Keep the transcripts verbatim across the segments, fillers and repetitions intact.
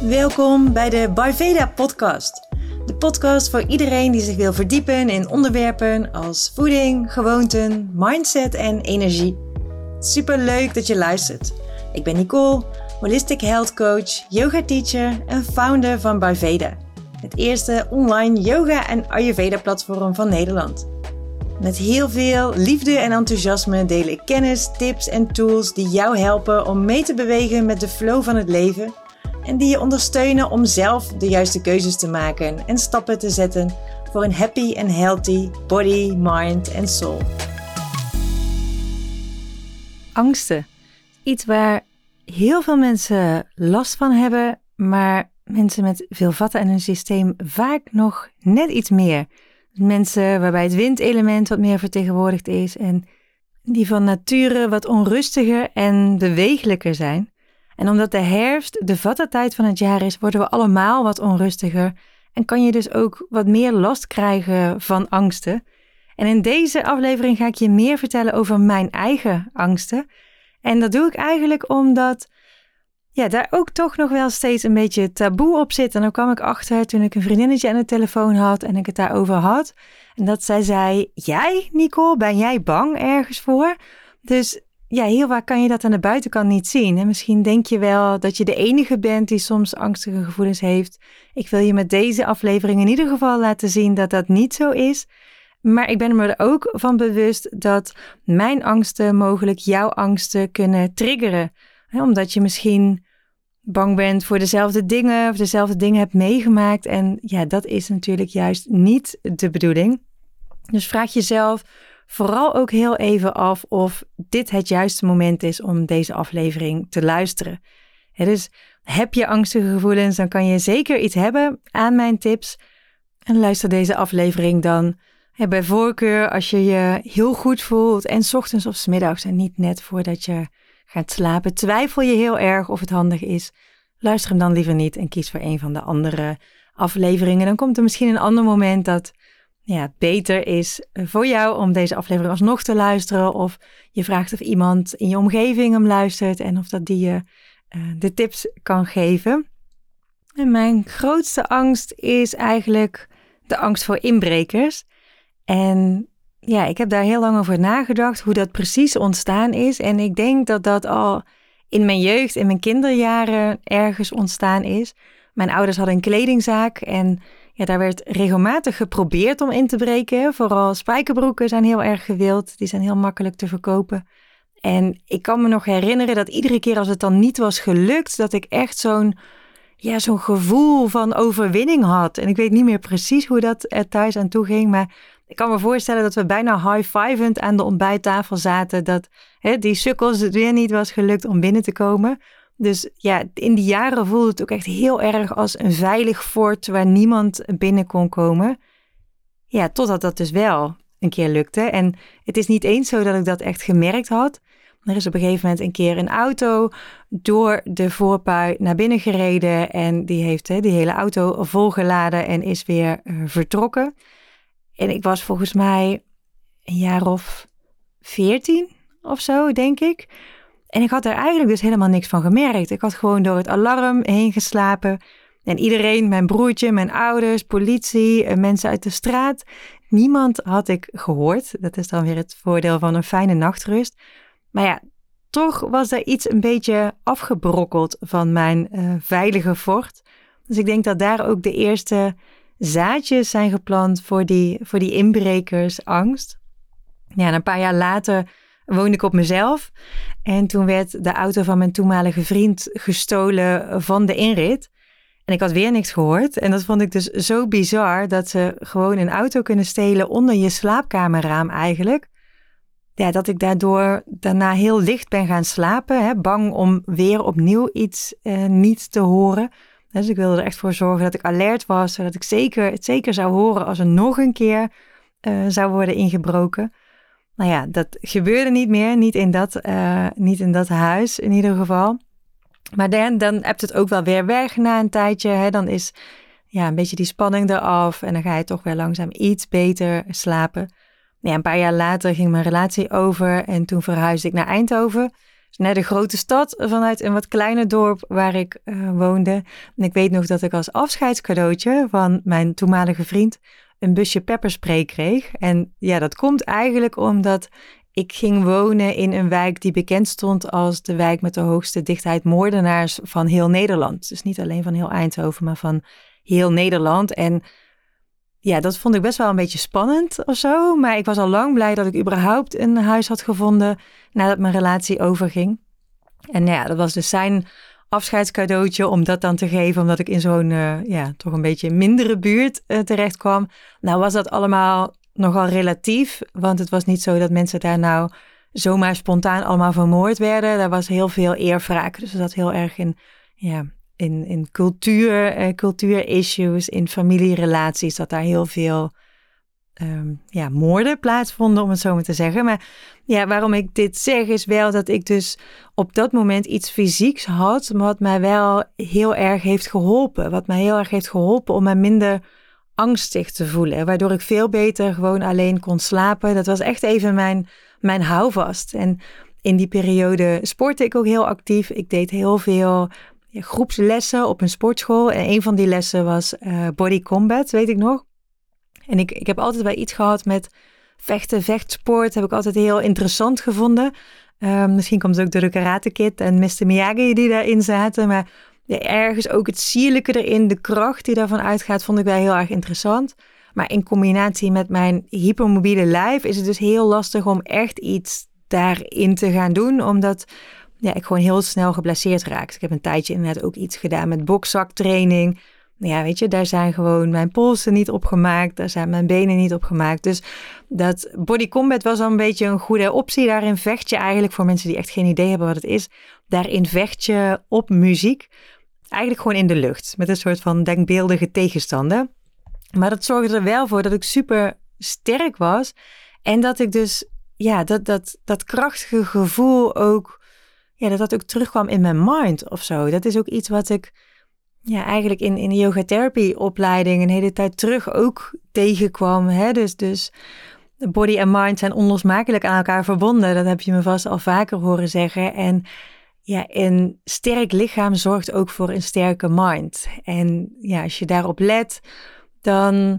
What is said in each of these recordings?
Welkom bij de Ayurveda podcast. De podcast voor iedereen die zich wil verdiepen in onderwerpen als voeding, gewoonten, mindset en energie. Super leuk dat je luistert. Ik ben Nicole, holistic health coach, yoga teacher en founder van Ayurveda. Het eerste online yoga en Ayurveda platform van Nederland. Met heel veel liefde en enthousiasme deel ik kennis, tips en tools die jou helpen om mee te bewegen met de flow van het leven. En die je ondersteunen om zelf de juiste keuzes te maken en stappen te zetten voor een happy and healthy body, mind en soul. Angsten. Iets waar heel veel mensen last van hebben, maar mensen met veel vatten in hun systeem vaak nog net iets meer. Mensen waarbij het windelement wat meer vertegenwoordigd is en die van nature wat onrustiger en bewegelijker zijn. En omdat de herfst de vata-tijd van het jaar is, worden we allemaal wat onrustiger en kan je dus ook wat meer last krijgen van angsten. En in deze aflevering ga ik je meer vertellen over mijn eigen angsten. En dat doe ik eigenlijk omdat ja, daar ook toch nog wel steeds een beetje taboe op zit. En dan kwam ik achter toen ik een vriendinnetje aan de telefoon had en ik het daarover had. En dat zij zei, jij Nicole, ben jij bang ergens voor? Dus ja, heel vaak kan je dat aan de buitenkant niet zien. En misschien denk je wel dat je de enige bent die soms angstige gevoelens heeft. Ik wil je met deze aflevering in ieder geval laten zien dat dat niet zo is. Maar ik ben me er ook van bewust dat mijn angsten mogelijk jouw angsten kunnen triggeren. Omdat je misschien bang bent voor dezelfde dingen of dezelfde dingen hebt meegemaakt. En ja, dat is natuurlijk juist niet de bedoeling. Dus vraag jezelf vooral ook heel even af of dit het juiste moment is om deze aflevering te luisteren. He, dus heb je angstige gevoelens, dan kan je zeker iets hebben aan mijn tips. En luister deze aflevering dan he, bij voorkeur als je je heel goed voelt en 's ochtends of 's middags en niet net voordat je gaat slapen. Twijfel je heel erg of het handig is, luister hem dan liever niet en kies voor een van de andere afleveringen. Dan komt er misschien een ander moment dat ja, het beter is voor jou om deze aflevering alsnog te luisteren. Of je vraagt of iemand in je omgeving hem luistert en of dat die je uh, de tips kan geven. En mijn grootste angst is eigenlijk de angst voor inbrekers. En ja, ik heb daar heel lang over nagedacht hoe dat precies ontstaan is. En ik denk dat dat al in mijn jeugd, in mijn kinderjaren ergens ontstaan is. Mijn ouders hadden een kledingzaak en ja, daar werd regelmatig geprobeerd om in te breken. Vooral spijkerbroeken zijn heel erg gewild. Die zijn heel makkelijk te verkopen. En ik kan me nog herinneren dat iedere keer als het dan niet was gelukt, dat ik echt zo'n, ja, zo'n gevoel van overwinning had. En ik weet niet meer precies hoe dat er thuis aan toe ging, maar ik kan me voorstellen dat we bijna high-fivend aan de ontbijttafel zaten. Dat hè, die sukkels het weer niet was gelukt om binnen te komen. Dus ja, in die jaren voelde het ook echt heel erg als een veilig fort waar niemand binnen kon komen. Ja, totdat dat dus wel een keer lukte. En het is niet eens zo dat ik dat echt gemerkt had. Er is op een gegeven moment een keer een auto door de voorpui naar binnen gereden. En die heeft hè, die hele auto volgeladen en is weer uh, vertrokken. En ik was volgens mij een jaar of veertien of zo, denk ik. En ik had er eigenlijk dus helemaal niks van gemerkt. Ik had gewoon door het alarm heen geslapen. En iedereen, mijn broertje, mijn ouders, politie, mensen uit de straat. Niemand had ik gehoord. Dat is dan weer het voordeel van een fijne nachtrust. Maar ja, toch was er iets een beetje afgebrokkeld van mijn uh, veilige fort. Dus ik denk dat daar ook de eerste zaadjes zijn geplant voor die, voor die inbrekersangst. Ja, en een paar jaar later woonde ik op mezelf. En toen werd de auto van mijn toenmalige vriend gestolen van de inrit. En ik had weer niks gehoord. En dat vond ik dus zo bizar dat ze gewoon een auto kunnen stelen onder je slaapkamerraam eigenlijk. Ja, dat ik daardoor daarna heel licht ben gaan slapen. Hè, bang om weer opnieuw iets uh, niet te horen. Dus ik wilde er echt voor zorgen dat ik alert was. Zodat ik zeker, het zeker zou horen als er nog een keer uh, zou worden ingebroken. Nou ja, dat gebeurde niet meer. Niet in dat, uh, niet in dat huis in ieder geval. Maar dan, dan hebt het ook wel weer weg na een tijdje. Hè? Dan is ja, een beetje die spanning eraf. En dan ga je toch weer langzaam iets beter slapen. Ja, een paar jaar later ging mijn relatie over. En toen verhuisde ik naar Eindhoven. naar de grote stad vanuit een wat kleiner dorp waar ik uh, woonde. En ik weet nog dat ik als afscheidscadeautje van mijn toenmalige vriend een busje pepperspray kreeg. En ja, dat komt eigenlijk omdat ik ging wonen in een wijk die bekend stond als de wijk met de hoogste dichtheid moordenaars van heel Nederland. Dus niet alleen van heel Eindhoven, maar van heel Nederland. En ja, dat vond ik best wel een beetje spannend of zo. Maar ik was al lang blij dat ik überhaupt een huis had gevonden nadat mijn relatie overging. En ja, dat was dus zijn afscheidscadeautje om dat dan te geven, omdat ik in zo'n, uh, ja, toch een beetje mindere buurt uh, terecht kwam. Nou was dat allemaal nogal relatief, want het was niet zo dat mensen daar nou zomaar spontaan allemaal vermoord werden. Daar was heel veel eerwraak, dus dat zat heel erg in, ja, in, in cultuur, uh, cultuurissues, in familierelaties, dat daar heel veel um, ja, moorden plaatsvonden, om het zo maar te zeggen. Maar ja, waarom ik dit zeg is wel dat ik dus op dat moment iets fysieks had, wat mij wel heel erg heeft geholpen. Wat mij heel erg heeft geholpen om mij minder angstig te voelen, waardoor ik veel beter gewoon alleen kon slapen. Dat was echt even mijn, mijn houvast. En in die periode sportte ik ook heel actief. Ik deed heel veel ja, groepslessen op een sportschool. En een van die lessen was uh, body combat, weet ik nog. En ik, ik heb altijd wel iets gehad met vechten, vechtsport. Heb ik altijd heel interessant gevonden. Uh, misschien komt het ook door de Karate Kid en mister Miyagi die daarin zaten. Maar ja, ergens ook het sierlijke erin, de kracht die daarvan uitgaat, vond ik wel heel erg interessant. Maar in combinatie met mijn hypermobiele lijf is het dus heel lastig om echt iets daarin te gaan doen. Omdat ja, ik gewoon heel snel geblesseerd raak. Ik heb een tijdje inderdaad ook iets gedaan met bokzaktraining. Ja, weet je, daar zijn gewoon mijn polsen niet opgemaakt. Daar zijn mijn benen niet opgemaakt. Dus dat body combat was al een beetje een goede optie. Daarin vecht je eigenlijk, voor mensen die echt geen idee hebben wat het is, daarin vecht je op muziek. Eigenlijk gewoon in de lucht. Met een soort van denkbeeldige tegenstander. Maar dat zorgde er wel voor dat ik super sterk was. En dat ik dus, ja, dat, dat, dat krachtige gevoel ook, ja, dat dat ook terugkwam in mijn mind of zo. Dat is ook iets wat ik, ja, eigenlijk in, in de yogatherapie opleiding een hele tijd terug ook tegenkwam. Hè? Dus, dus body en mind zijn onlosmakelijk aan elkaar verbonden. Dat heb je me vast al vaker horen zeggen. En ja, een sterk lichaam zorgt ook voor een sterke mind. En ja, als je daarop let, dan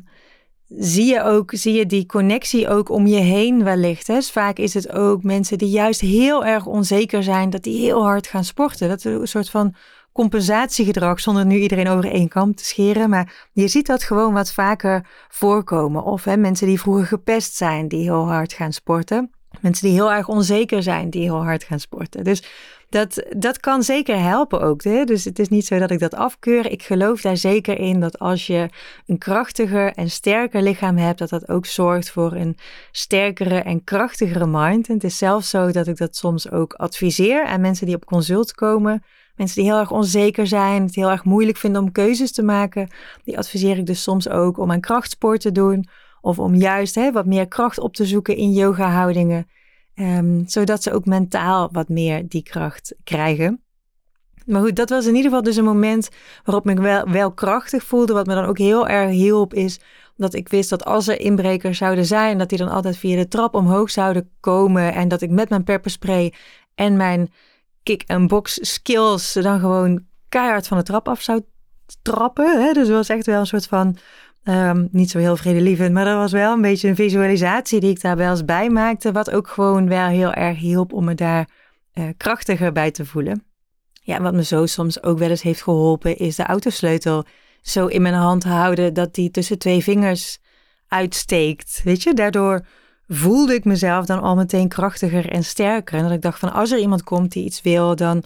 zie je ook, zie je die connectie ook om je heen wellicht. Hè? Dus vaak is het ook mensen die juist heel erg onzeker zijn, dat die heel hard gaan sporten. Dat is een soort van compensatiegedrag, zonder nu iedereen over één kam te scheren. Maar je ziet dat gewoon wat vaker voorkomen. Of hè, mensen die vroeger gepest zijn, die heel hard gaan sporten. Mensen die heel erg onzeker zijn, die heel hard gaan sporten. Dus dat, dat kan zeker helpen ook. Hè? Dus het is niet zo dat ik dat afkeur. Ik geloof daar zeker in dat als je een krachtiger en sterker lichaam hebt, dat dat ook zorgt voor een sterkere en krachtigere mind. En het is zelfs zo dat ik dat soms ook adviseer aan mensen die op consult komen. Mensen die heel erg onzeker zijn, het heel erg moeilijk vinden om keuzes te maken. Die adviseer ik dus soms ook om aan krachtsport te doen. Of om juist hè, wat meer kracht op te zoeken in yoga-houdingen. Um, zodat ze ook mentaal wat meer die kracht krijgen. Maar goed, dat was in ieder geval dus een moment waarop ik me wel, wel krachtig voelde. Wat me dan ook heel erg hielp is dat ik wist dat als er inbrekers zouden zijn, dat die dan altijd via de trap omhoog zouden komen. En dat ik met mijn pepperspray en mijn kick-and-box skills dan gewoon keihard van de trap af zou trappen. Hè? Dus het was echt wel een soort van, um, niet zo heel vredelievend, maar dat was wel een beetje een visualisatie die ik daar wel eens bij maakte. Wat ook gewoon wel heel erg hielp om me daar uh, krachtiger bij te voelen. Ja, wat me zo soms ook wel eens heeft geholpen is de autosleutel zo in mijn hand houden dat die tussen twee vingers uitsteekt. Weet je, daardoor voelde ik mezelf dan al meteen krachtiger en sterker. En dat ik dacht van als er iemand komt die iets wil, dan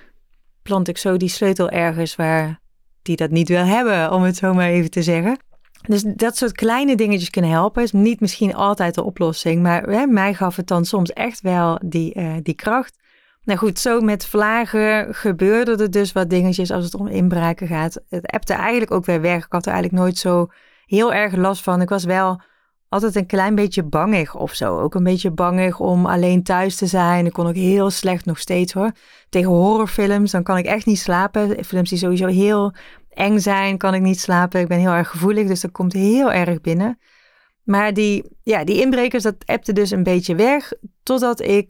plant ik zo die sleutel ergens waar die dat niet wil hebben, om het zo maar even te zeggen. Dus dat soort kleine dingetjes kunnen helpen. Is niet misschien altijd de oplossing, maar hè, mij gaf het dan soms echt wel die, uh, die kracht. Nou goed, zo met vlagen gebeurde er dus wat dingetjes als het om inbraken gaat. Het appte eigenlijk ook weer weg. Ik had er eigenlijk nooit zo heel erg last van. Ik was wel altijd een klein beetje bangig of zo. Ook een beetje bangig om alleen thuis te zijn. Ik kon ook heel slecht nog steeds hoor. Tegen horrorfilms, dan kan ik echt niet slapen. Films die sowieso heel eng zijn, kan ik niet slapen. Ik ben heel erg gevoelig, dus dat komt heel erg binnen. Maar die, ja, die inbrekers, dat appte dus een beetje weg. Totdat ik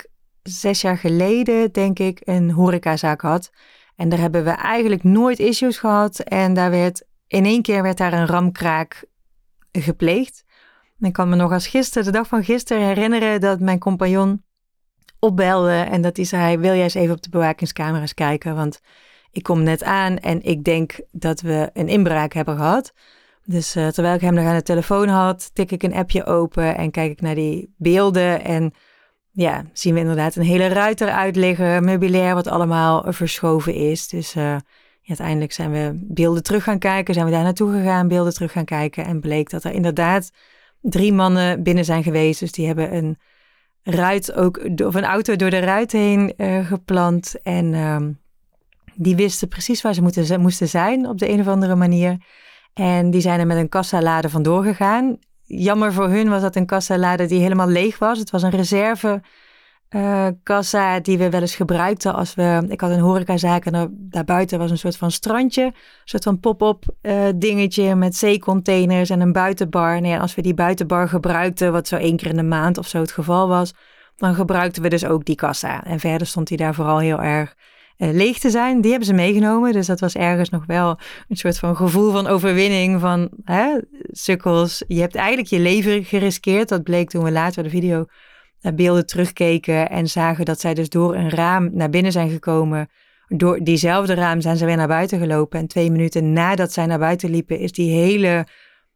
zes jaar geleden, denk ik, een horecazaak had. En daar hebben we eigenlijk nooit issues gehad. En daar werd in één keer werd daar een ramkraak gepleegd. En ik kan me nog als gisteren, de dag van gisteren, herinneren dat mijn compagnon opbelde. En dat hij zei, wil jij eens even op de bewakingscamera's kijken? Want ik kom net aan en ik denk dat we een inbraak hebben gehad. Dus uh, terwijl ik hem nog aan de telefoon had, tik ik een appje open en kijk ik naar die beelden. En ja, zien we inderdaad een hele ruit eruit liggen, meubilair wat allemaal verschoven is. Dus uh, ja, uiteindelijk zijn we beelden terug gaan kijken, zijn we daar naartoe gegaan, beelden terug gaan kijken. En bleek dat er inderdaad drie mannen binnen zijn geweest. Dus die hebben een ruit ook, of een auto door de ruit heen uh, geplant. En uh, die wisten precies waar ze moeten, moesten zijn op de een of andere manier. En die zijn er met een kassalade vandoor gegaan. Jammer voor hun was dat een kassalade die helemaal leeg was. Het was een reserve uh, kassa die we wel eens gebruikten als we... Ik had een horecazaak en daar, daarbuiten was een soort van strandje. Een soort van pop-up uh, dingetje met zeecontainers en een buitenbar. Nou ja, als we die buitenbar gebruikten, wat zo één keer in de maand of zo het geval was, dan gebruikten we dus ook die kassa. En verder stond die daar vooral heel erg Uh, leeg te zijn. Die hebben ze meegenomen. Dus dat was ergens nog wel een soort van gevoel van overwinning. Van hè, sukkels. Je hebt eigenlijk je leven geriskeerd. Dat bleek toen we later de video uh, beelden terugkeken. En zagen dat zij dus door een raam naar binnen zijn gekomen. Door diezelfde raam zijn ze weer naar buiten gelopen. En twee minuten nadat zij naar buiten liepen, is die hele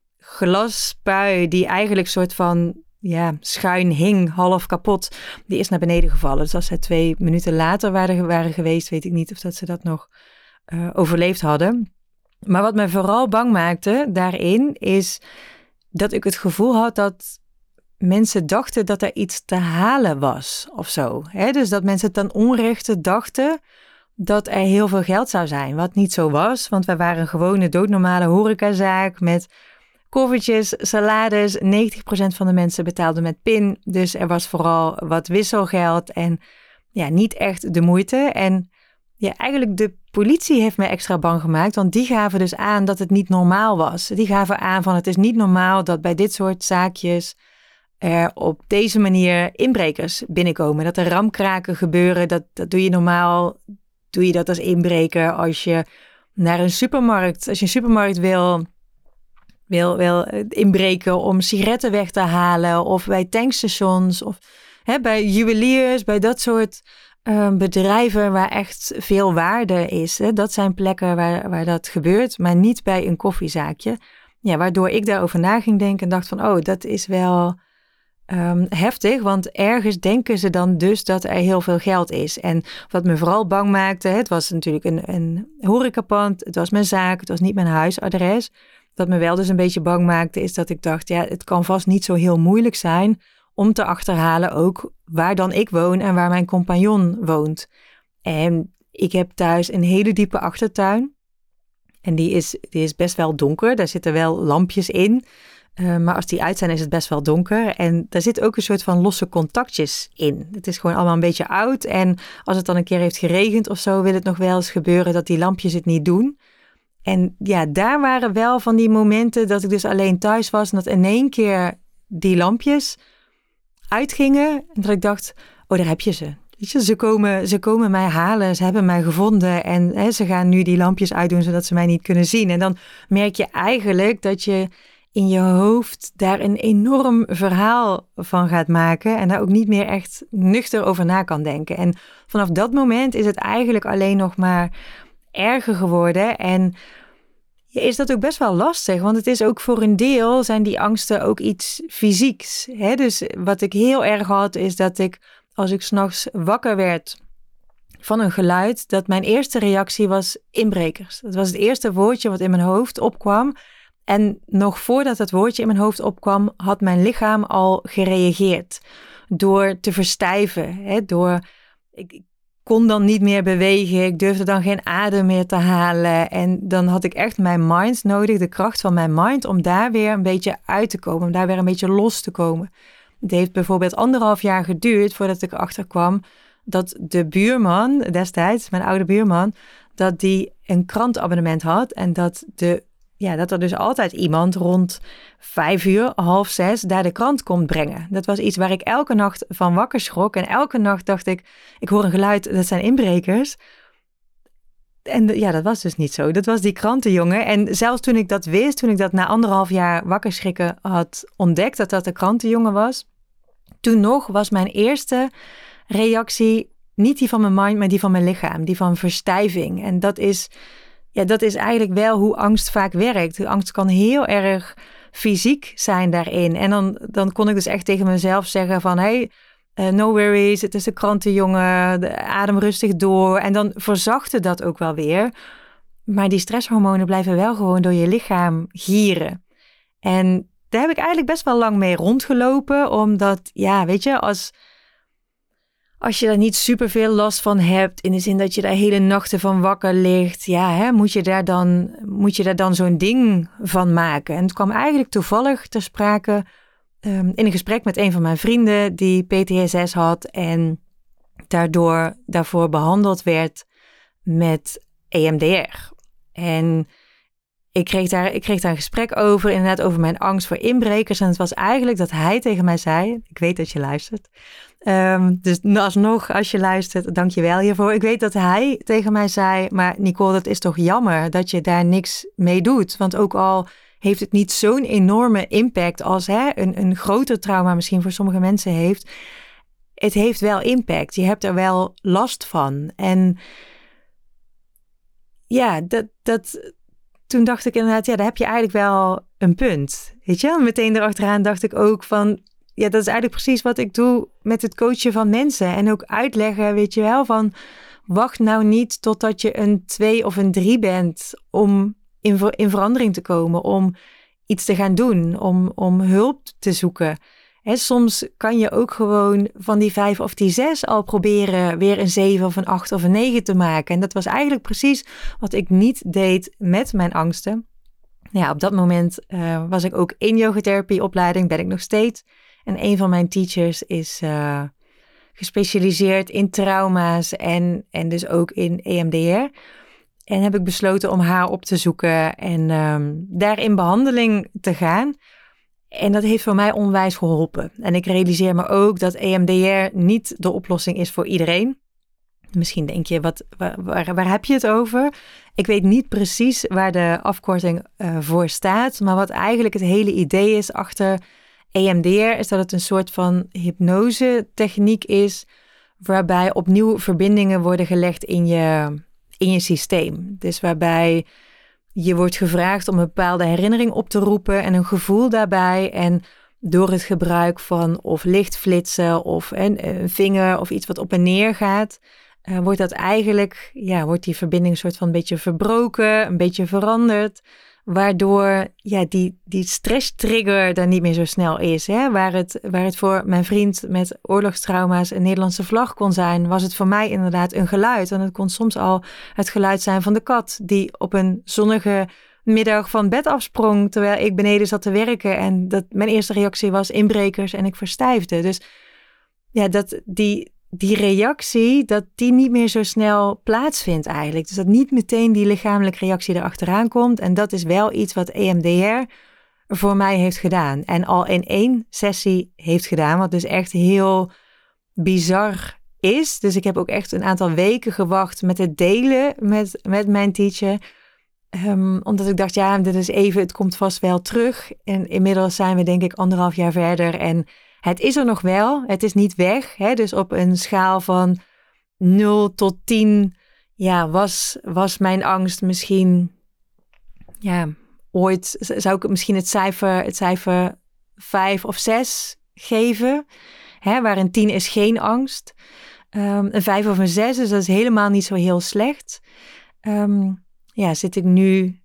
glaspui die eigenlijk soort van ja, schuin hing, half kapot, die is naar beneden gevallen. Dus als zij twee minuten later waren, waren geweest, weet ik niet of dat ze dat nog uh, overleefd hadden. Maar wat mij vooral bang maakte daarin, is dat ik het gevoel had dat mensen dachten dat er iets te halen was of zo. Hè? Dus dat mensen ten onrechte dachten dat er heel veel geld zou zijn, wat niet zo was. Want wij waren een gewone doodnormale horecazaak met koffertjes, salades. negentig procent van de mensen betaalden met pin. Dus er was vooral wat wisselgeld en ja, niet echt de moeite. En ja, eigenlijk de politie heeft me extra bang gemaakt, want die gaven dus aan dat het niet normaal was. Die gaven aan van het is niet normaal dat bij dit soort zaakjes er op deze manier inbrekers binnenkomen. Dat er ramkraken gebeuren, dat, dat doe je normaal, doe je dat als inbreker als je naar een supermarkt, als je een supermarkt wil... Wil, wil inbreken om sigaretten weg te halen of bij tankstations of hè, bij juweliers, bij dat soort uh, bedrijven waar echt veel waarde is. Hè. Dat zijn plekken waar, waar dat gebeurt, maar niet bij een koffiezaakje. Ja, waardoor ik daarover na ging denken en dacht van, oh, dat is wel um, heftig, want ergens denken ze dan dus dat er heel veel geld is. En wat me vooral bang maakte, het was natuurlijk een, een horecapand, het was mijn zaak, het was niet mijn huisadres. Wat me wel dus een beetje bang maakte, is dat ik dacht, ja, het kan vast niet zo heel moeilijk zijn om te achterhalen ook waar dan ik woon en waar mijn compagnon woont. En ik heb thuis een hele diepe achtertuin. En die is, die is best wel donker. Daar zitten wel lampjes in. Uh, maar als die uit zijn, is het best wel donker. En daar zit ook een soort van losse contactjes in. Het is gewoon allemaal een beetje oud. En als het dan een keer heeft geregend of zo, wil het nog wel eens gebeuren dat die lampjes het niet doen. En ja, daar waren wel van die momenten dat ik dus alleen thuis was en dat in één keer die lampjes uitgingen. En dat ik dacht, oh, daar heb je ze. Weet je, ze komen, ze komen mij halen, ze hebben mij gevonden en hè, ze gaan nu die lampjes uitdoen zodat ze mij niet kunnen zien. En dan merk je eigenlijk dat je in je hoofd daar een enorm verhaal van gaat maken en daar ook niet meer echt nuchter over na kan denken. En vanaf dat moment is het eigenlijk alleen nog maar erger geworden en ja, is dat ook best wel lastig, want het is ook voor een deel zijn die angsten ook iets fysieks. Hè? Dus wat ik heel erg had is dat ik als ik 's nachts wakker werd van een geluid, dat mijn eerste reactie was inbrekers. Dat was het eerste woordje wat in mijn hoofd opkwam. En nog voordat het woordje in mijn hoofd opkwam, had mijn lichaam al gereageerd. Door te verstijven. Hè? Door, ik kon dan niet meer bewegen. Ik durfde dan geen adem meer te halen. En dan had ik echt mijn mind nodig, de kracht van mijn mind, om daar weer een beetje uit te komen. Om daar weer een beetje los te komen. Het heeft bijvoorbeeld anderhalf jaar geduurd voordat ik erachter kwam dat de buurman destijds, mijn oude buurman, dat die een krantabonnement had en dat de ja, dat er dus altijd iemand rond vijf uur, half zes, daar de krant komt brengen. Dat was iets waar ik elke nacht van wakker schrok. En elke nacht dacht ik, ik hoor een geluid, dat zijn inbrekers. En ja, dat was dus niet zo. Dat was die krantenjongen. En zelfs toen ik dat wist, toen ik dat na anderhalf jaar wakker schrikken had ontdekt, dat dat de krantenjongen was, toen nog was mijn eerste reactie niet die van mijn mind, maar die van mijn lichaam. Die van verstijving. En dat is, ja, dat is eigenlijk wel hoe angst vaak werkt. De angst kan heel erg fysiek zijn daarin. En dan, dan kon ik dus echt tegen mezelf zeggen van, hey, uh, no worries, het is de krantenjongen, de adem rustig door. En dan verzachtte dat ook wel weer. Maar die stresshormonen blijven wel gewoon door je lichaam gieren. En daar heb ik eigenlijk best wel lang mee rondgelopen, omdat, ja, weet je, als... Als je daar niet superveel last van hebt, in de zin dat je daar hele nachten van wakker ligt, ja, hè, moet je daar dan, moet je daar dan zo'n ding van maken. En het kwam eigenlijk toevallig ter sprake um, in een gesprek met een van mijn vrienden die P T S S had en daardoor daarvoor behandeld werd met E M D R. En ik kreeg daar, ik kreeg daar een gesprek over, inderdaad over mijn angst voor inbrekers. En het was eigenlijk dat hij tegen mij zei, ik weet dat je luistert, Um, dus alsnog, als je luistert, dank je wel hiervoor. Ik weet dat hij tegen mij zei, maar Nicole, dat is toch jammer dat je daar niks mee doet. Want ook al heeft het niet zo'n enorme impact als hè, een, een groter trauma misschien voor sommige mensen heeft. Het heeft wel impact. Je hebt er wel last van. En ja, dat, dat, toen dacht ik inderdaad, ja, daar heb je eigenlijk wel een punt. Weet je, meteen erachteraan dacht ik ook van, ja, dat is eigenlijk precies wat ik doe met het coachen van mensen. En ook uitleggen, weet je wel, van wacht nou niet totdat je een twee of een drie bent om in, ver, in verandering te komen, om iets te gaan doen, om, om hulp te zoeken. Hè, soms kan je ook gewoon van die vijf of die zes al proberen weer een zeven of een acht of een negen te maken. En dat was eigenlijk precies wat ik niet deed met mijn angsten. Ja, op dat moment uh, was ik ook in yogatherapieopleiding, ben ik nog steeds. En een van mijn teachers is uh, gespecialiseerd in trauma's en, en dus ook in E M D R. En heb ik besloten om haar op te zoeken en um, daar in behandeling te gaan. En dat heeft voor mij onwijs geholpen. En ik realiseer me ook dat E M D R niet de oplossing is voor iedereen. Misschien denk je, wat, waar, waar, waar heb je het over? Ik weet niet precies waar de afkorting uh, voor staat. Maar wat eigenlijk het hele idee is achter E M D R is dat het een soort van hypnose-techniek is, waarbij opnieuw verbindingen worden gelegd in je, in je systeem. Dus waarbij je wordt gevraagd om een bepaalde herinnering op te roepen en een gevoel daarbij. En door het gebruik van of lichtflitsen of een, een vinger of iets wat op en neer gaat, uh, wordt dat eigenlijk, ja, wordt die verbinding een soort van een beetje verbroken, een beetje veranderd. Waardoor ja, die, die stresstrigger er niet meer zo snel is. Hè? Waar, het, waar het voor mijn vriend met oorlogstrauma's een Nederlandse vlag kon zijn, was het voor mij inderdaad een geluid. En het kon soms al het geluid zijn van de kat die op een zonnige middag van bed afsprong terwijl ik beneden zat te werken. En dat, mijn eerste reactie was inbrekers en ik verstijfde. Dus ja, dat die... die reactie, dat die niet meer zo snel plaatsvindt eigenlijk. Dus dat niet meteen die lichamelijke reactie erachteraan komt. En dat is wel iets wat E M D R voor mij heeft gedaan. En al in één sessie heeft gedaan, wat dus echt heel bizar is. Dus ik heb ook echt een aantal weken gewacht met het delen met, met mijn teacher. Um, omdat ik dacht, ja, dit is even, het komt vast wel terug. En inmiddels zijn we denk ik anderhalf jaar verder en het is er nog wel, het is niet weg. Hè? Dus op een schaal van nul tot tien ja, was, was mijn angst misschien, ja, ooit zou ik misschien het cijfer, het cijfer vijf of zes geven. Hè? Waar een tien is geen angst. Um, een vijf of een zes, dus dat is helemaal niet zo heel slecht. Um, ja, zit ik nu,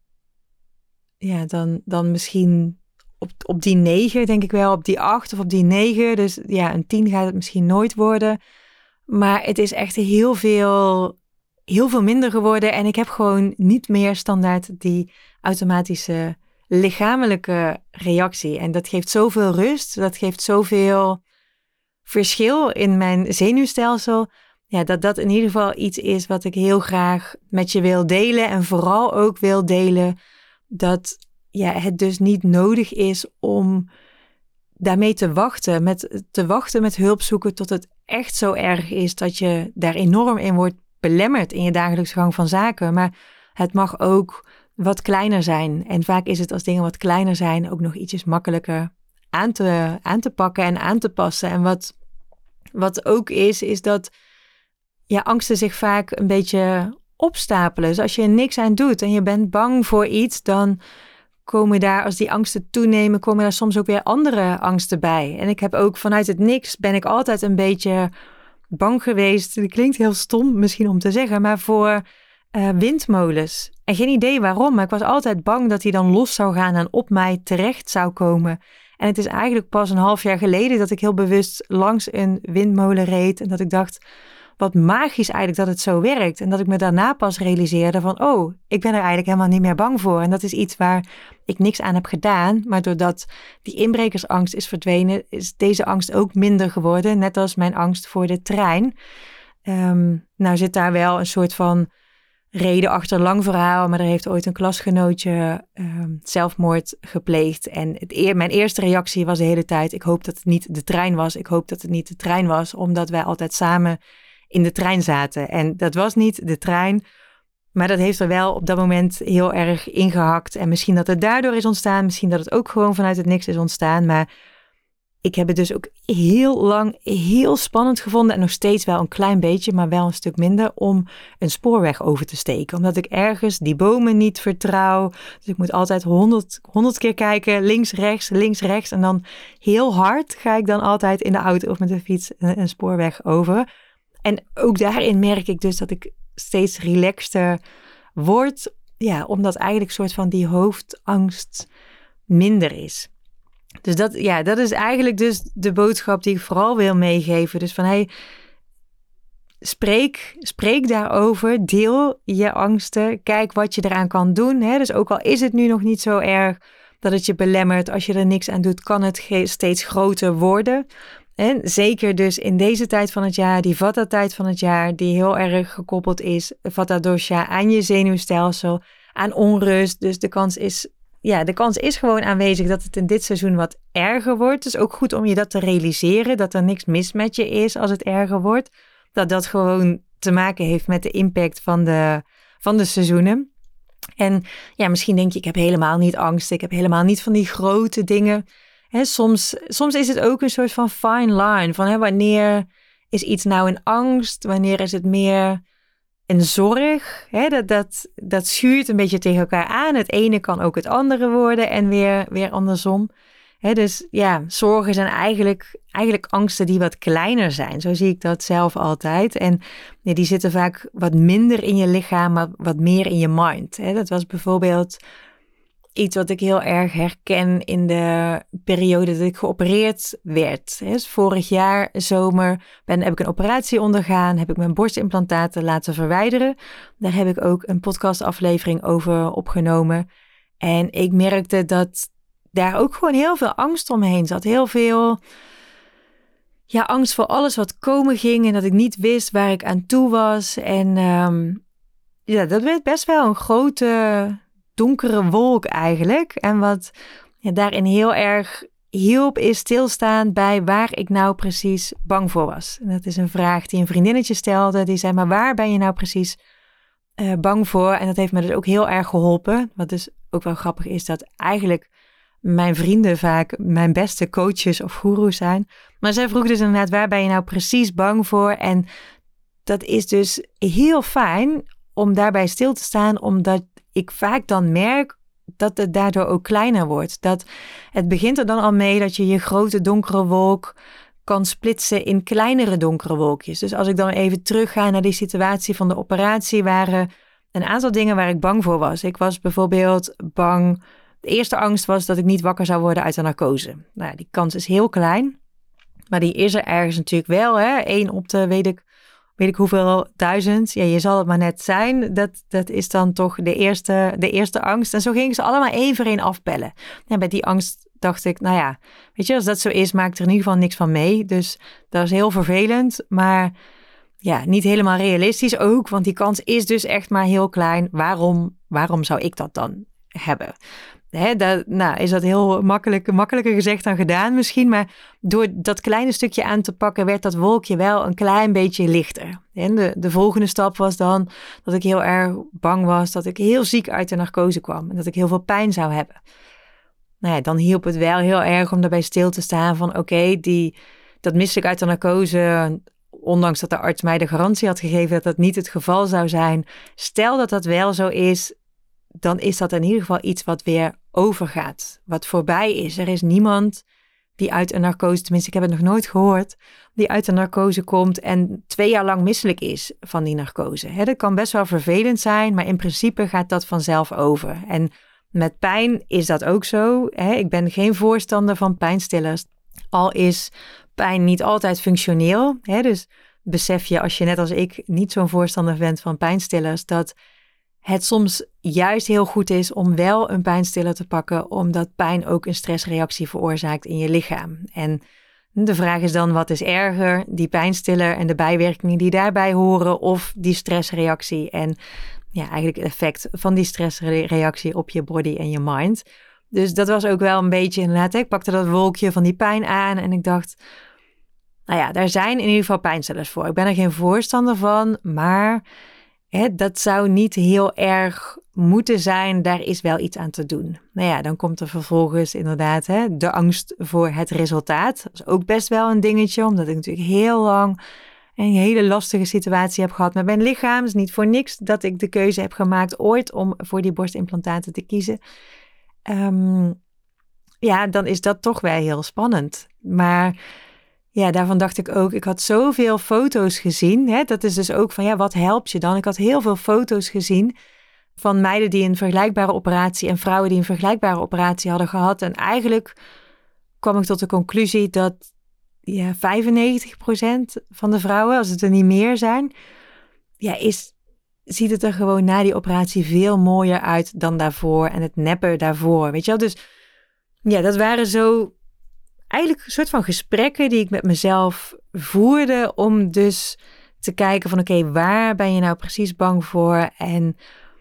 ja, dan, dan misschien Op, op die negen denk ik wel, op die acht of op die negen. Dus ja, een tien gaat het misschien nooit worden. Maar het is echt heel veel, heel veel minder geworden. En ik heb gewoon niet meer standaard die automatische lichamelijke reactie. En dat geeft zoveel rust. Dat geeft zoveel verschil in mijn zenuwstelsel. Ja, dat dat in ieder geval iets is wat ik heel graag met je wil delen. En vooral ook wil delen dat ja, het dus niet nodig is om daarmee te wachten. Met, te wachten met hulp zoeken tot het echt zo erg is dat je daar enorm in wordt belemmerd in je dagelijkse gang van zaken. Maar het mag ook wat kleiner zijn. En vaak is het als dingen wat kleiner zijn ook nog ietsjes makkelijker aan te, aan te pakken en aan te passen. En wat, wat ook is, is dat ja, angsten zich vaak een beetje opstapelen. Dus als je er niks aan doet en je bent bang voor iets, dan komen daar, als die angsten toenemen, komen daar soms ook weer andere angsten bij. En ik heb ook vanuit het niks, ben ik altijd een beetje bang geweest. Dat klinkt heel stom misschien om te zeggen, maar voor uh, windmolens. En geen idee waarom, maar ik was altijd bang dat die dan los zou gaan en op mij terecht zou komen. En het is eigenlijk pas een half jaar geleden dat ik heel bewust langs een windmolen reed en dat ik dacht, wat magisch eigenlijk dat het zo werkt. En dat ik me daarna pas realiseerde van, oh, ik ben er eigenlijk helemaal niet meer bang voor. En dat is iets waar ik niks aan heb gedaan. Maar doordat die inbrekersangst is verdwenen, is deze angst ook minder geworden. Net als mijn angst voor de trein. Um, nou zit daar wel een soort van reden achter, lang verhaal. Maar er heeft ooit een klasgenootje um, zelfmoord gepleegd. En het eer, mijn eerste reactie was de hele tijd, ik hoop dat het niet de trein was. Ik hoop dat het niet de trein was, omdat wij altijd samen in de trein zaten. En dat was niet de trein, maar dat heeft er wel op dat moment heel erg ingehakt. En misschien dat het daardoor is ontstaan, misschien dat het ook gewoon vanuit het niks is ontstaan. Maar ik heb het dus ook heel lang heel spannend gevonden en nog steeds wel een klein beetje, maar wel een stuk minder, om een spoorweg over te steken. Omdat ik ergens die bomen niet vertrouw. Dus ik moet altijd honderd, honderd keer kijken, links, rechts, links, rechts. En dan heel hard ga ik dan altijd in de auto of met de fiets een, een spoorweg over. En ook daarin merk ik dus dat ik steeds relaxter word. Ja, omdat eigenlijk soort van die hoofdangst minder is. Dus dat, ja, dat is eigenlijk dus de boodschap die ik vooral wil meegeven. Dus van, hey, spreek, spreek daarover. Deel je angsten. Kijk wat je eraan kan doen. Hè? Dus ook al is het nu nog niet zo erg dat het je belemmert. Als je er niks aan doet, kan het ge- steeds groter worden. En zeker dus in deze tijd van het jaar, die Vata-tijd van het jaar, die heel erg gekoppeld is, Vata-dosha, aan je zenuwstelsel, aan onrust. Dus de kans is, ja, de kans is gewoon aanwezig dat het in dit seizoen wat erger wordt. Het is ook goed om je dat te realiseren, dat er niks mis met je is als het erger wordt. Dat dat gewoon te maken heeft met de impact van de, van de seizoenen. En ja, misschien denk je, ik heb helemaal niet angst, ik heb helemaal niet van die grote dingen. He, soms, soms is het ook een soort van fine line van he, wanneer is iets nou een angst, wanneer is het meer een zorg. He, dat, dat, dat schuurt een beetje tegen elkaar aan. Het ene kan ook het andere worden en weer, weer andersom. He, dus ja, zorgen zijn eigenlijk, eigenlijk angsten die wat kleiner zijn. Zo zie ik dat zelf altijd. En ja, die zitten vaak wat minder in je lichaam, maar wat meer in je mind. He, dat was bijvoorbeeld iets wat ik heel erg herken in de periode dat ik geopereerd werd. Dus vorig jaar zomer ben, heb ik een operatie ondergaan, heb ik mijn borstimplantaten laten verwijderen. Daar heb ik ook een podcastaflevering over opgenomen. En ik merkte dat daar ook gewoon heel veel angst omheen zat. Heel veel ja, angst voor alles wat komen ging en dat ik niet wist waar ik aan toe was. En um, ja, dat werd best wel een grote donkere wolk eigenlijk. En wat ja, daarin heel erg hielp is stilstaan bij waar ik nou precies bang voor was. En dat is een vraag die een vriendinnetje stelde. Die zei, maar waar ben je nou precies uh, bang voor? En dat heeft me dus ook heel erg geholpen. Wat dus ook wel grappig is, dat eigenlijk mijn vrienden vaak mijn beste coaches of goeroes zijn. Maar zij vroeg dus inderdaad, waar ben je nou precies bang voor? En dat is dus heel fijn om daarbij stil te staan, omdat ik vaak dan merk dat het daardoor ook kleiner wordt. Dat het begint er dan al mee dat je je grote donkere wolk kan splitsen in kleinere donkere wolkjes. Dus als ik dan even terugga naar die situatie van de operatie, waren een aantal dingen waar ik bang voor was. Ik was bijvoorbeeld bang. De eerste angst was dat ik niet wakker zou worden uit de narcose. Nou, die kans is heel klein, maar die is er ergens natuurlijk wel. Hè? Eén op de weet ik. weet ik hoeveel duizend, ja, je zal het maar net zijn. Dat, dat is dan toch de eerste, de eerste angst. En zo gingen ze allemaal één voor één afbellen. En bij die angst dacht ik, nou ja, weet je, als dat zo is, maakt er in ieder geval niks van mee. Dus dat is heel vervelend, maar ja, niet helemaal realistisch ook. Want die kans is dus echt maar heel klein. Waarom, waarom zou ik dat dan hebben? hè, dat, nou, is dat heel makkelijk, makkelijker gezegd dan gedaan misschien. Maar door dat kleine stukje aan te pakken werd dat wolkje wel een klein beetje lichter. En de, de volgende stap was dan dat ik heel erg bang was dat ik heel ziek uit de narcose kwam. En dat ik heel veel pijn zou hebben. Nou ja, dan hielp het wel heel erg om daarbij stil te staan van oké, okay, die dat misselijk uit de narcose, ondanks dat de arts mij de garantie had gegeven dat dat niet het geval zou zijn. Stel dat dat wel zo is, dan is dat in ieder geval iets wat weer overgaat. Wat voorbij is. Er is niemand die uit een narcose, tenminste ik heb het nog nooit gehoord, die uit een narcose komt en twee jaar lang misselijk is van die narcose. He, dat kan best wel vervelend zijn, maar in principe gaat dat vanzelf over. En met pijn is dat ook zo. He, ik ben geen voorstander van pijnstillers. Al is pijn niet altijd functioneel. He, dus besef je als je net als ik niet zo'n voorstander bent van pijnstillers, dat het soms juist heel goed is om wel een pijnstiller te pakken, omdat pijn ook een stressreactie veroorzaakt in je lichaam. En de vraag is dan, wat is erger? Die pijnstiller en de bijwerkingen die daarbij horen, of die stressreactie en ja, eigenlijk het effect van die stressreactie op je body en je mind. Dus dat was ook wel een beetje inderdaad, ik pakte dat wolkje van die pijn aan en ik dacht, nou ja, daar zijn in ieder geval pijnstillers voor. Ik ben er geen voorstander van, maar Hè, dat zou niet heel erg moeten zijn, daar is wel iets aan te doen. Nou ja, dan komt er vervolgens inderdaad hè, de angst voor het resultaat. Dat is ook best wel een dingetje, omdat ik natuurlijk heel lang een hele lastige situatie heb gehad met mijn lichaam. Het is niet voor niks dat ik de keuze heb gemaakt ooit om voor die borstimplantaten te kiezen. Um, ja, dan is dat toch wel heel spannend. Maar ja, daarvan dacht ik ook, ik had zoveel foto's gezien. Hè? Dat is dus ook van, ja, wat helpt je dan? Ik had heel veel foto's gezien van meiden die een vergelijkbare operatie en vrouwen die een vergelijkbare operatie hadden gehad. En eigenlijk kwam ik tot de conclusie dat ja, vijfennegentig procent van de vrouwen, als het er niet meer zijn, ja, is, ziet het er gewoon na die operatie veel mooier uit dan daarvoor en het neppen daarvoor. Weet je wel? Dus ja, dat waren zo eigenlijk een soort van gesprekken die ik met mezelf voerde om dus te kijken van oké, okay, waar ben je nou precies bang voor en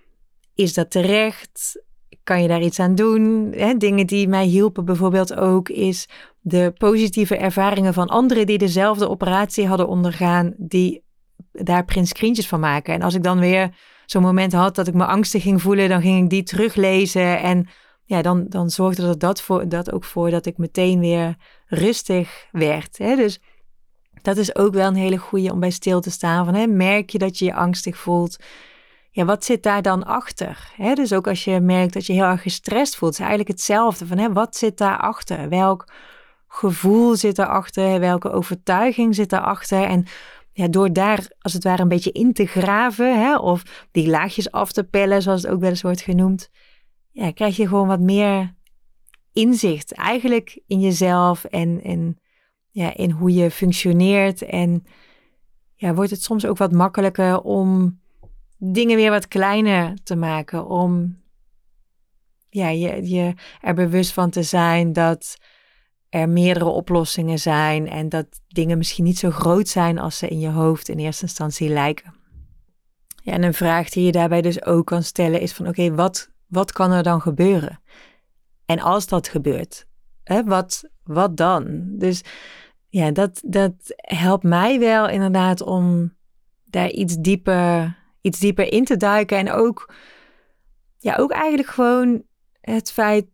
is dat terecht? Kan je daar iets aan doen? Hè, dingen die mij hielpen bijvoorbeeld ook is de positieve ervaringen van anderen die dezelfde operatie hadden ondergaan, die daar printscreentjes van maken. En als ik dan weer zo'n moment had dat ik me angstig ging voelen, dan ging ik die teruglezen en ja, dan, dan zorgde dat, dat, voor, dat ook voor dat ik meteen weer rustig werd. Hè? Dus dat is ook wel een hele goeie om bij stil te staan. Van, hè, merk je dat je je angstig voelt? Ja, wat zit daar dan achter? Hè? Dus ook als je merkt dat je heel erg gestrest voelt, is eigenlijk hetzelfde. Van, hè, wat zit daarachter? Welk gevoel zit daarachter? Welke overtuiging zit daarachter? En ja, door daar als het ware een beetje in te graven, hè, of die laagjes af te pellen, zoals het ook wel eens wordt genoemd, ja, krijg je gewoon wat meer inzicht eigenlijk in jezelf en, en ja, in hoe je functioneert. En ja, wordt het soms ook wat makkelijker om dingen weer wat kleiner te maken. Om ja, je, je er bewust van te zijn dat er meerdere oplossingen zijn en dat dingen misschien niet zo groot zijn als ze in je hoofd in eerste instantie lijken. Ja, en een vraag die je daarbij dus ook kan stellen is van oké, okay, wat Wat kan er dan gebeuren? En als dat gebeurt, hè, wat, wat dan? Dus ja, dat, dat helpt mij wel inderdaad om daar iets dieper, iets dieper in te duiken. En ook, ja, ook eigenlijk gewoon het feit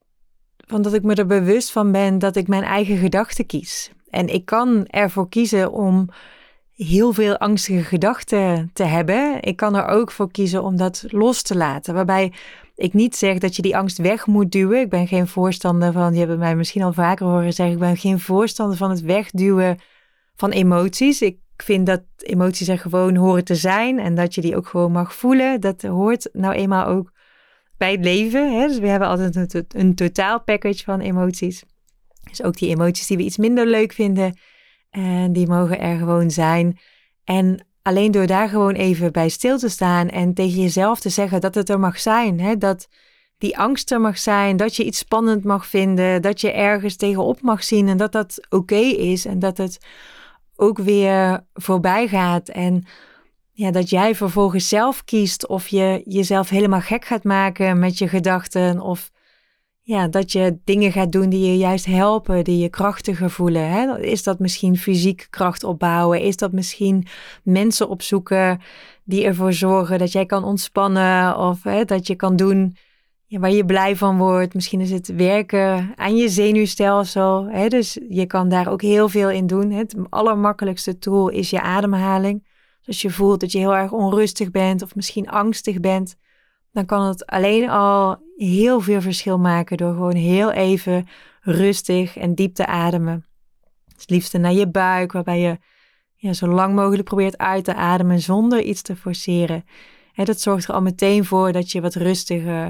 van dat ik me er bewust van ben dat ik mijn eigen gedachten kies. En ik kan ervoor kiezen om heel veel angstige gedachten te hebben. Ik kan er ook voor kiezen om dat los te laten. Waarbij ik niet zeg dat je die angst weg moet duwen. Ik ben geen voorstander van, je hebt mij misschien al vaker horen zeggen, ik ben geen voorstander van het wegduwen van emoties. Ik vind dat emoties er gewoon horen te zijn en dat je die ook gewoon mag voelen. Dat hoort nou eenmaal ook bij het leven. Hè? Dus we hebben altijd een, een totaal package van emoties. Dus ook die emoties die we iets minder leuk vinden, en die mogen er gewoon zijn. En alleen door daar gewoon even bij stil te staan en tegen jezelf te zeggen dat het er mag zijn. Hè? Dat die angst er mag zijn, dat je iets spannend mag vinden, dat je ergens tegenop mag zien en dat dat oké is en dat het ook weer voorbij gaat. En ja, dat jij vervolgens zelf kiest of je jezelf helemaal gek gaat maken met je gedachten of ja, dat je dingen gaat doen die je juist helpen, die je krachtiger voelen. Hè? Is dat misschien fysiek kracht opbouwen? Is dat misschien mensen opzoeken die ervoor zorgen dat jij kan ontspannen? Of hè, dat je kan doen ja, waar je blij van wordt. Misschien is het werken aan je zenuwstelsel. Hè? Dus je kan daar ook heel veel in doen. Het allermakkelijkste tool is je ademhaling. Dus als je voelt dat je heel erg onrustig bent of misschien angstig bent, dan kan het alleen al heel veel verschil maken door gewoon heel even rustig en diep te ademen. Het liefste naar je buik, waarbij je ja, zo lang mogelijk probeert uit te ademen zonder iets te forceren. En dat zorgt er al meteen voor dat je wat rustiger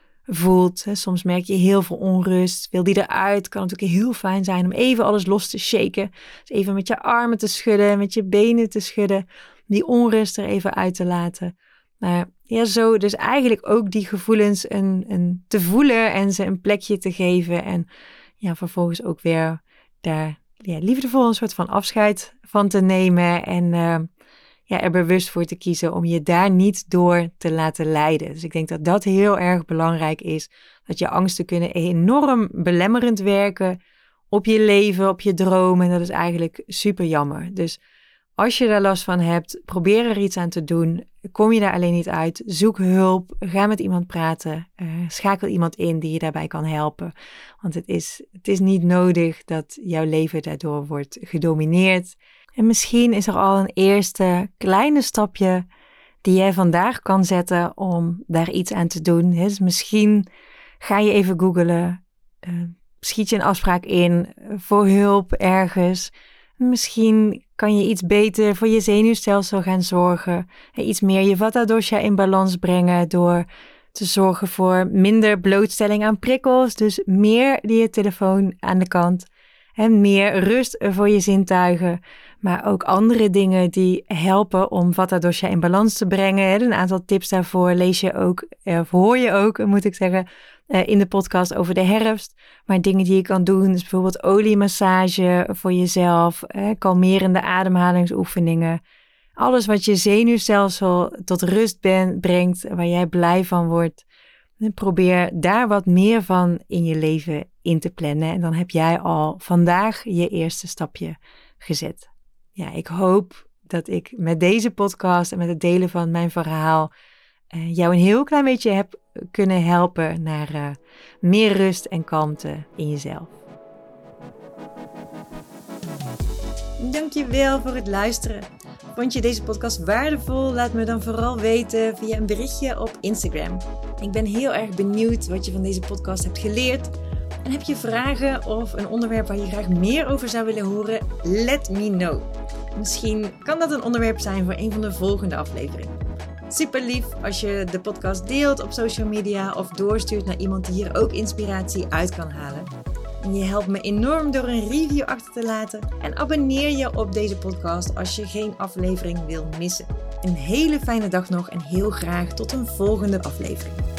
voelt. Soms merk je heel veel onrust. Wil die eruit? Kan het ook heel fijn zijn om even alles los te shaken. Dus even met je armen te schudden, met je benen te schudden. Die onrust er even uit te laten. Maar ja, zo dus eigenlijk ook die gevoelens een, een te voelen en ze een plekje te geven. En ja, vervolgens ook weer daar ja, liefdevol een soort van afscheid van te nemen. En uh, ja, er bewust voor te kiezen om je daar niet door te laten leiden. Dus ik denk dat dat heel erg belangrijk is. Dat je angsten kunnen enorm belemmerend werken op je leven, op je dromen. En dat is eigenlijk super jammer. Dus als je daar last van hebt, probeer er iets aan te doen. Kom je daar alleen niet uit, zoek hulp, ga met iemand praten. Uh, schakel iemand in die je daarbij kan helpen. Want het is, het is niet nodig dat jouw leven daardoor wordt gedomineerd. En misschien is er al een eerste kleine stapje die jij vandaag kan zetten om daar iets aan te doen. Dus misschien ga je even googlen, uh, schiet je een afspraak in voor hulp ergens. Misschien kan je iets beter voor je zenuwstelsel gaan zorgen. En iets meer je Vata dosha in balans brengen door te zorgen voor minder blootstelling aan prikkels. Dus meer die je telefoon aan de kant. En meer rust voor je zintuigen. Maar ook andere dingen die helpen om Vata dosha in balans te brengen. Een aantal tips daarvoor lees je ook, of hoor je ook, moet ik zeggen, in de podcast over de herfst. Maar dingen die je kan doen, is bijvoorbeeld oliemassage voor jezelf, kalmerende ademhalingsoefeningen. Alles wat je zenuwstelsel tot rust ben, brengt, waar jij blij van wordt. Probeer daar wat meer van in je leven in te plannen. En dan heb jij al vandaag je eerste stapje gezet. Ja, ik hoop dat ik met deze podcast en met het delen van mijn verhaal uh, jou een heel klein beetje heb kunnen helpen naar uh, meer rust en kalmte in jezelf. Dankjewel voor het luisteren. Vond je deze podcast waardevol? Laat me dan vooral weten via een berichtje op Instagram. Ik ben heel erg benieuwd wat je van deze podcast hebt geleerd. En heb je vragen of een onderwerp waar je graag meer over zou willen horen? Let me know. Misschien kan dat een onderwerp zijn voor een van de volgende afleveringen. Super lief als je de podcast deelt op social media of doorstuurt naar iemand die hier ook inspiratie uit kan halen. En je helpt me enorm door een review achter te laten en abonneer je op deze podcast als je geen aflevering wil missen. Een hele fijne dag nog en heel graag tot een volgende aflevering.